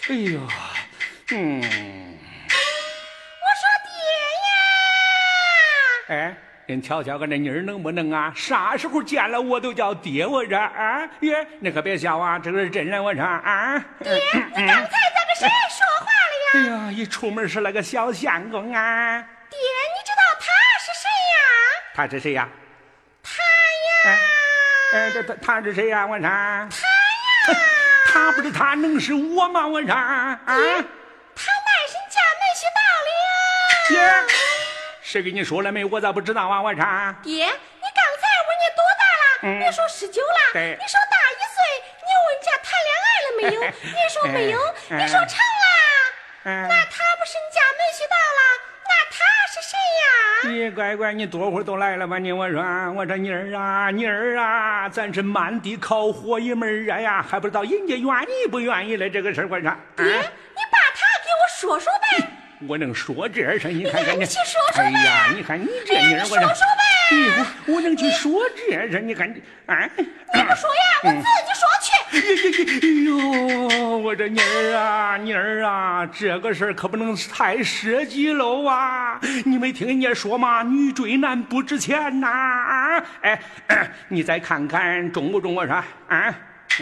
哎呦， 我说爹呀！ 哎，您瞧瞧，个那妮儿能不能啊？啥时候见了我都叫爹，我这啊耶，你可别笑啊，这个是真人，我这啊。 爹，你刚才咋跟谁说话了呀？ 哎呀，一出门是那个小相公啊。 爹，你知道他是谁呀？ 他是谁呀？ 他呀！ 他是谁呀？我说。他呀！ 他不是他，能是我吗？我说啊。 他乃是家妹婿大了。 姐，谁给你说了没？我咋不知道啊？我说。 爹，你刚才问你多大了？你说19了。 对。 你说大1岁。你问家谈恋爱了没有？你说没有。你说成了。那他不是你家妹婿到了？那他是谁呀？ 你乖乖，你多会儿都来了吧？你我说妮儿啊，咱是满地烤火一门啊呀，还不知道人家愿意不愿意了这个事儿。我说。 爹，你把他给我说说呗。 我能说这事？你看看你去说说呗。 哎呀，你看你这妮儿， 我说说呗。 我能去说这事？你看你你不说呀，我自己说去。 哎呦，我这妮儿啊，这个事儿可不能太涉及喽啊！你没听人家说吗？女追男不值钱呐！哎，你再看看中不中？我说啊， 呀，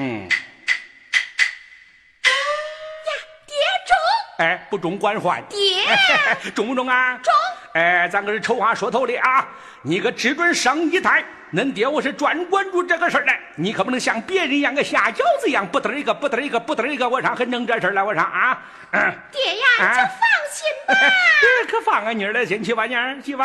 爹中。 哎，不中管换。 爹， 中不中啊？ 中。 哎，咱可是丑话说头的啊！你可只准上一台。恁爹我是专关注这个事儿的，你可不能像别人一样个下饺子一样，不得一个，我上还弄这事儿了，我上啊！ 爹呀，你就放心吧。 可放啊妮儿了，先去吧，妮儿，去吧。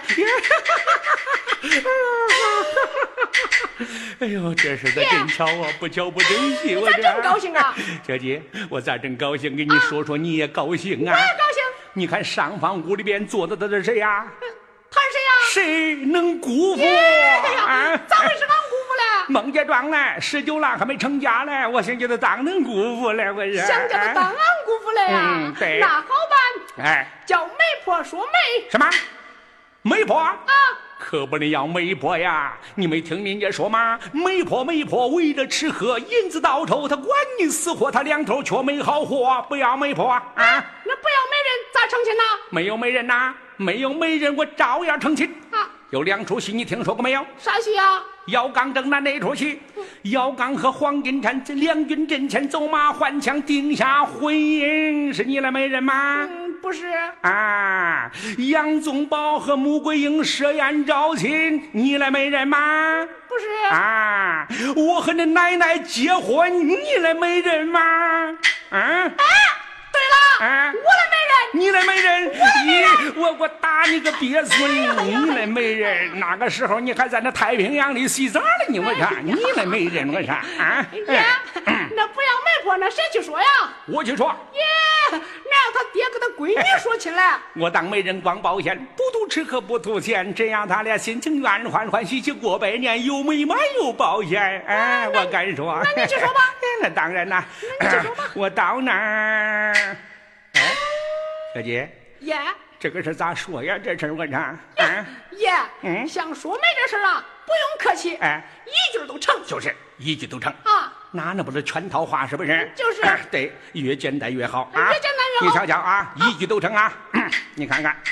哎呦，这事可真巧啊，不巧不真惜，我这真高兴啊！ 小姐，我咋真高兴？跟你说说，你也高兴啊？ 我也高兴。 你看上房屋里边坐的都是谁呀？ 他是谁呀？ 谁能辜负？ 哎呀，咋会是俺辜负嘞？ 孟家庄嘞，19郎还没成家嘞，我想叫他当能辜负嘞，我是想叫他当俺辜负嘞呀？ 对， 那好办， 哎， 叫媒婆说媒。 什么？媒婆啊？ 可不能要媒婆呀！你没听人家说吗？媒婆为了吃喝，银子到头，他管你死活，他两头却没好货，不要媒婆啊！ 那不要媒人咋成亲呢？ 没有媒人呐，没有媒人我照样成亲啊！ 有2出戏，你听说过没有？ 啥戏啊？ 姚刚正南那一出戏，姚刚和黄金蝉这两军阵前走马换枪定下婚姻，是你的媒人吗？ 不是啊。杨宗保和穆桂英设宴招亲，你来媒人吗？ 不是啊。我和你奶奶结婚，你来媒人吗？ 哎，对了，我来媒人， 你来媒人，我打你个鳖孙！你来媒人，那个时候你还在那太平洋里洗澡呢，你我看你来媒人，我看啊！ 爷，那不要媒婆，那谁去说呀？ 我去说。 爷，那让他爹跟他闺女说亲来。 我当媒人光保险，不图吃喝不图钱，这样他俩心情愿欢欢喜喜过百年，有美满有保险。哎，我敢说。 那你去说吧。 那当然啦。 那你去说吧。 我到那儿。哎，小姐。 爷， 这个事咋说呀？这事我看。 爷，想说媒这事啊，不用客气，一句都成。 就是一句都成啊。 那不是全套话是不是？ 就是。 对，越简单越好啊！ 越简单越好。 你瞧瞧啊，一句都成啊！你看看。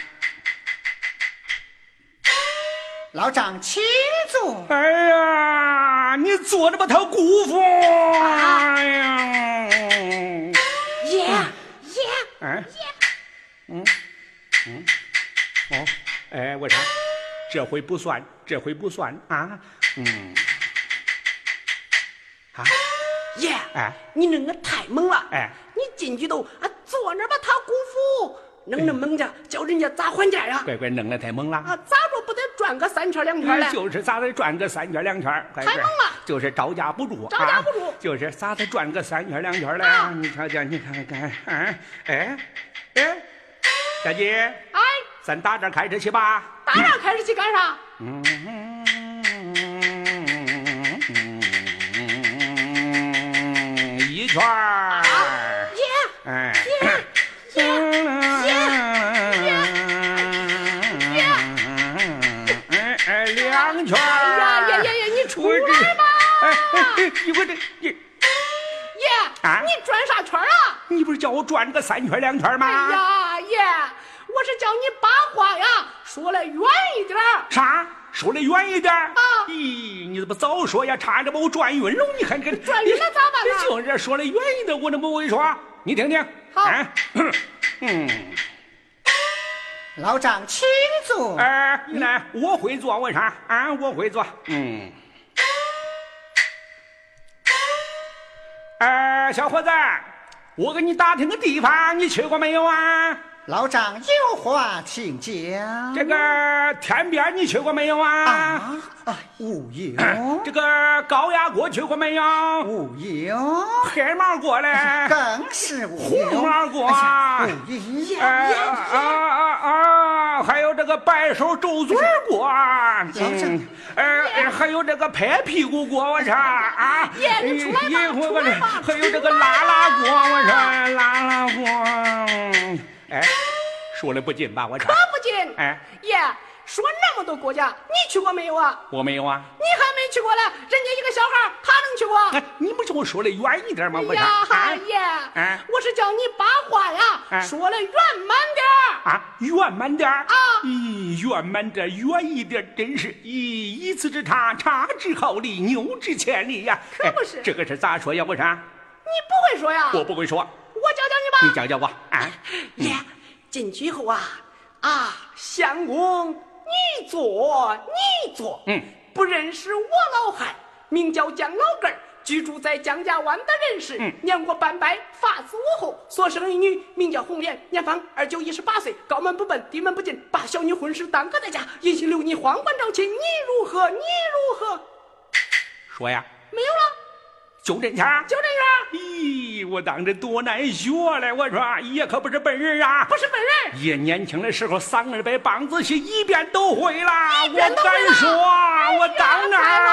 老张，请坐。 哎呀，你坐着把他辜负！哎呀， 爷， 哎，我说这回不算啊！ 爷，你那个太猛了！你进去都坐那把他辜负，弄那猛着，叫人家咋还价呀？ 乖乖，弄得太猛了！ 咋着不得转个3圈2圈嘞？ 就是咋得转个3圈2圈？ 太猛了！ 就是招架不住，就是咋得转个3圈2圈嘞？你瞧瞧，你看看，小姐，咱打这开始去吧。 打这开始去干啥？ 一圈。 爷，2圈。爷，你出来吧！ 我这爷。 啊， 你转啥圈啊？ 你不是叫我转个3圈2圈吗？ 哎呀爷，我是叫你把话呀说来远一点。 啥？说的远一点啊！ 咦，你怎么早说呀？差点把我转晕了！你看看， 转晕了咋办啊？ 就是说的远一点，我怎么不会说？你听听。 好。 老张请坐。 你来，我会做，为啥？我会做。小伙子，我给你打听个地方，你去过没有啊？ 老张有话请讲。 这个天边你去过没有啊？ 无有。 这个高压锅去过没有？ 无有。 黑毛锅嘞？ 更是无有。 红毛锅？ 无有。 还有这个白手肘嘴锅，还有这个拍屁股锅，我说啊， 你出来吧， 还有这个拉拉锅，我说拉拉锅，说的不近吧？我说可不近。爷说那么多国家，你去过没有啊？ 我没有啊。 你还没去过嘞，人家一个小孩他能去过？ 你不叫我说的远一点吗？我呀，爷，我是叫你把话呀说的圆满点圆满点啊！ 圆满点，远一点，真是一字之差，差之毫厘，牛之千里呀！ 可不是。 这个是咋说呀？我说你不会说呀？ 我不会说。 我教教你吧。 你教教我爷，进去以后相公，你坐，不认识我老汉，名叫姜老根儿，居住在姜家湾的人士，年过半百，发子无后，所生一女，名叫红莲，年方29、18岁，高门不奔，低门不进，把小女婚事耽搁在家，殷勤留你皇冠招亲，你如何？你如何？ 说呀？ 没有了。 就这样， 就这样。 咦，我当这多难学嘞！我说爷可不是笨人啊， 不是笨人。 爷年轻的时候300杯梆子戏一遍都会啦， 我敢说，我当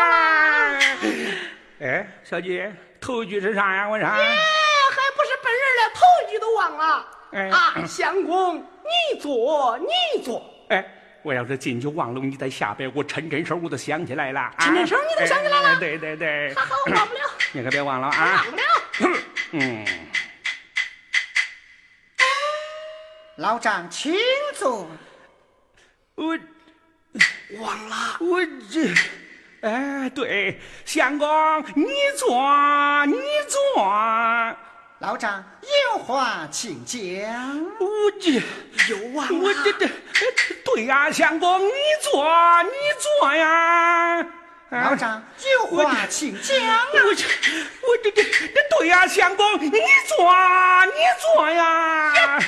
然。小姐，头一句是啥呀？我说还不是笨人了，头一句都忘了。相公，你坐。 我要是进去忘了，你在下边我抻手我都想起来了。 抻手你都想起来了？ 对。 好，忘不了。 你可别忘了啊！ 忘不了。 老张请坐。 我忘了。 我这，对，相公，你坐。老张有话请讲。 我这又忘了。 我这对呀，相公，你坐呀。 老张有话请讲。 我这对呀，相公，你坐呀。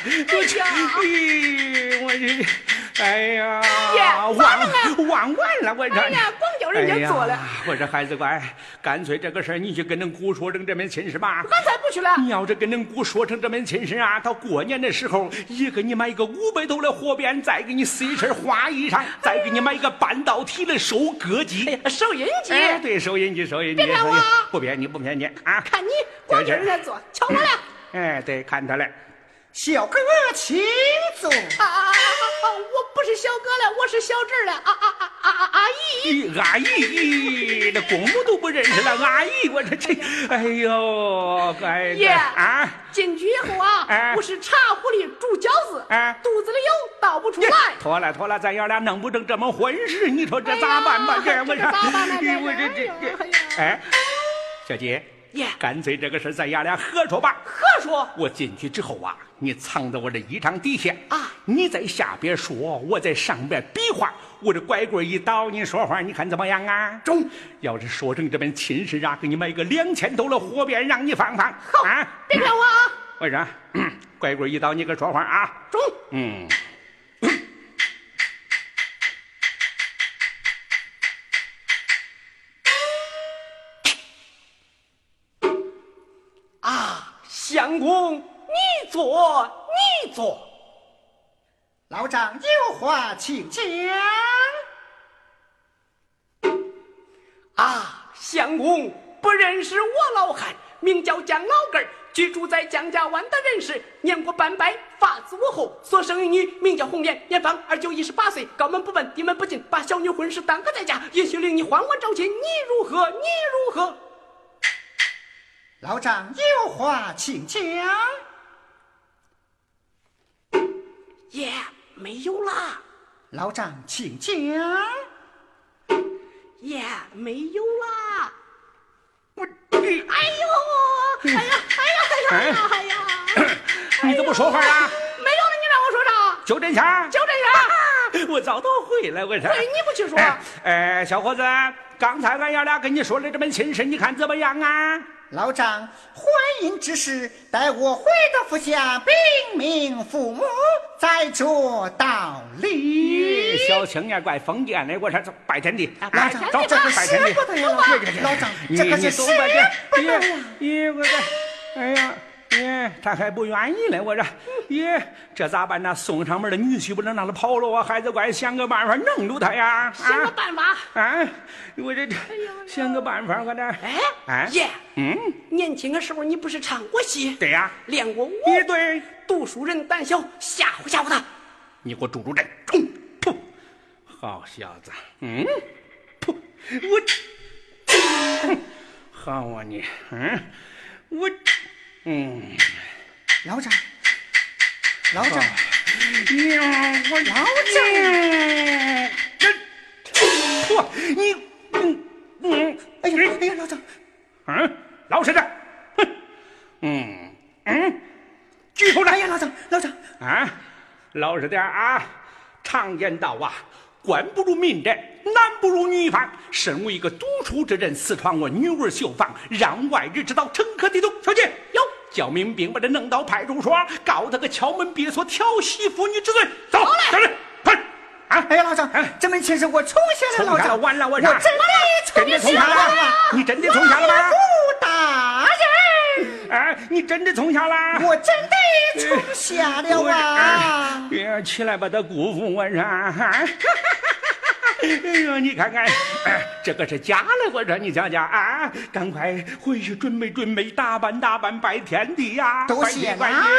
我这。哎呀，忘完了，我这。 哎呀，光叫人家做了。 我这孩子乖，干脆这个事儿你去跟恁姑说成这门亲事吧。 俺才不去了。 你要是跟恁姑说成这门亲事到过年的时候，也给你买一个500头的火鞭，再给你撕一身花衣裳，再给你买一个半导体的收割机、 收音机。 对，收音机。 别骗我， 不骗你啊！ 看你光叫人家做，瞧我了。 对，看他了。 小哥请坐。 我不是小哥了，我是小侄了。阿姨。 阿姨，这公母都不认识了。阿姨，我这，哎呦， 爷进去以后我是茶壶里煮饺子，肚子里有倒不出来。 妥了，咱爷俩弄不成这么婚事，你说这咋办吧？这我咋办呢？ 小姐。干脆这个事咱爷俩合说吧。 合说。 我进去之后你藏在我这衣裳底下你在下边说，我在上边比划，我这拐棍一倒，你说话，你看怎么样啊？ 中。 要是说成这门亲事给你买一个2000头的火鞭，让你放。好别骗我我说拐棍一倒，你可说话中。 相公，你坐。 老张有话请讲。 相公不认识我老汉，名叫姜老根儿，居住在姜家湾的人士，年过半百，发子无后，所生一女，名叫红莲，年方29、18岁，高门不奔，低门不进，把小女婚事耽搁在家，也许令你皇冠招亲，你如何？ 老丈有话请讲。 爷，没有啦。 老丈请讲。 爷，没有啦。 我， 哎呦，哎呀，哎呀，哎呀， 你怎么说话啊？ 没有了，你让我说啥？ 就这下， 就这样。 我早都回来，我说。 对，你不去说。 小伙子，刚才俺爷俩跟你说的这门亲事，你看怎么样啊？ 老丈，婚姻之事，待我回到府下禀明父母，再做道理。 小青年怪封建的，我说拜天地， 老丈，这个使不得了。老丈，这个是使不得了。 我这，哎呀。他还不愿意嘞，我说，这咋办呢？送上门的女婿不能让他跑了啊！孩子乖，想个办法弄住他呀！ 想个办法啊！我这想个办法，我这爷，年轻的时候你不是唱过戏？ 对呀， 练过舞。 对， 读书人胆小，吓唬吓唬他。 你给我住这，噗！好小子，噗！我，好啊你，我。 老丈，老丈， 我老丈，你， 哎呀，老丈， 老实点，举手来， 哎呀，老丈， 啊，老实点啊！常言道啊，官不如民者，男不如女方。身为一个读书之人，私闯我女儿绣房，让外人知道，成何体统？小姐，有叫民兵把他弄到派出所，告他个敲门别锁、调戏妇女之罪。走，小人，快！啊！ 哎呀，老丈，这门亲事我冲下来，老丈， 完了，我真的冲下了吗？你真的冲下了吗？ 大人， 你真的冲下了？ 我真的冲下了啊！ 别起来把他辜负我上。哎呦，你看看，这个是假的，我说你瞧瞧啊，赶快回去准备准备，打扮打扮，拜天地呀！ 多谢老丈。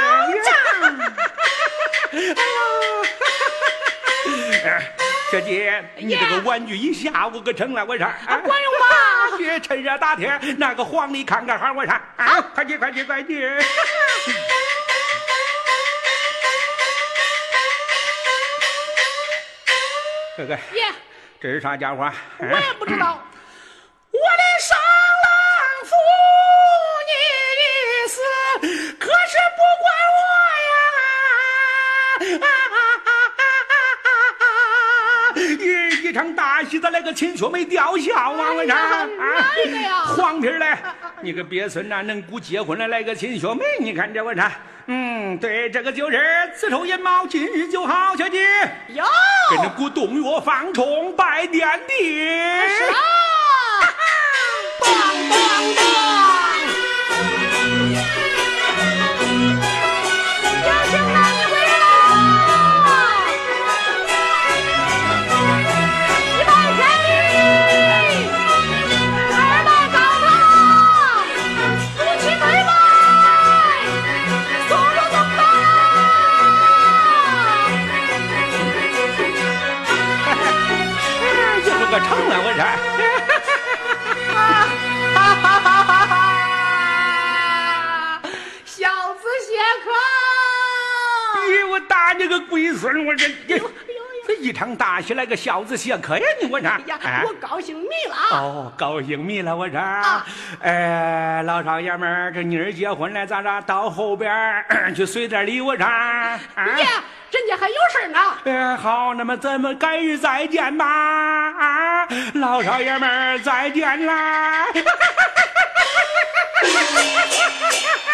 小姐，你这个玩具一下午可成了，我说管用吗？ 别趁热打铁，那个黄历看看好，我说快去！哥哥， 爷， 这是啥家伙？ 我也不知道。我的上郎负你的死，可是不怪我呀！ 一场大戏的那个亲兄妹吊孝啊！我说哪个呀？ 黄皮嘞！你个鳖孙呐，能顾结婚的来个亲兄妹，你看这我说，对，这个就是子丑寅卯，今日就好，小姐。 哟， 跟着鼓动乐放冲拜天地。 是啊，棒棒棒！有请男女回来，一拜天地，二拜高堂，夫妻对拜，送入东堂。 就是个成了，我说。 小子谢客！ 我打你个龟孙！我这一场大戏来个孝子谢客呀！你我这呀，我高兴迷了哦，高兴迷了我这老少爷们儿，这妮儿结婚了，咋着到后边去随点礼我这爷，人家还有事呢。 好，那么咱们改日再见吧！老少爷们儿再见啦！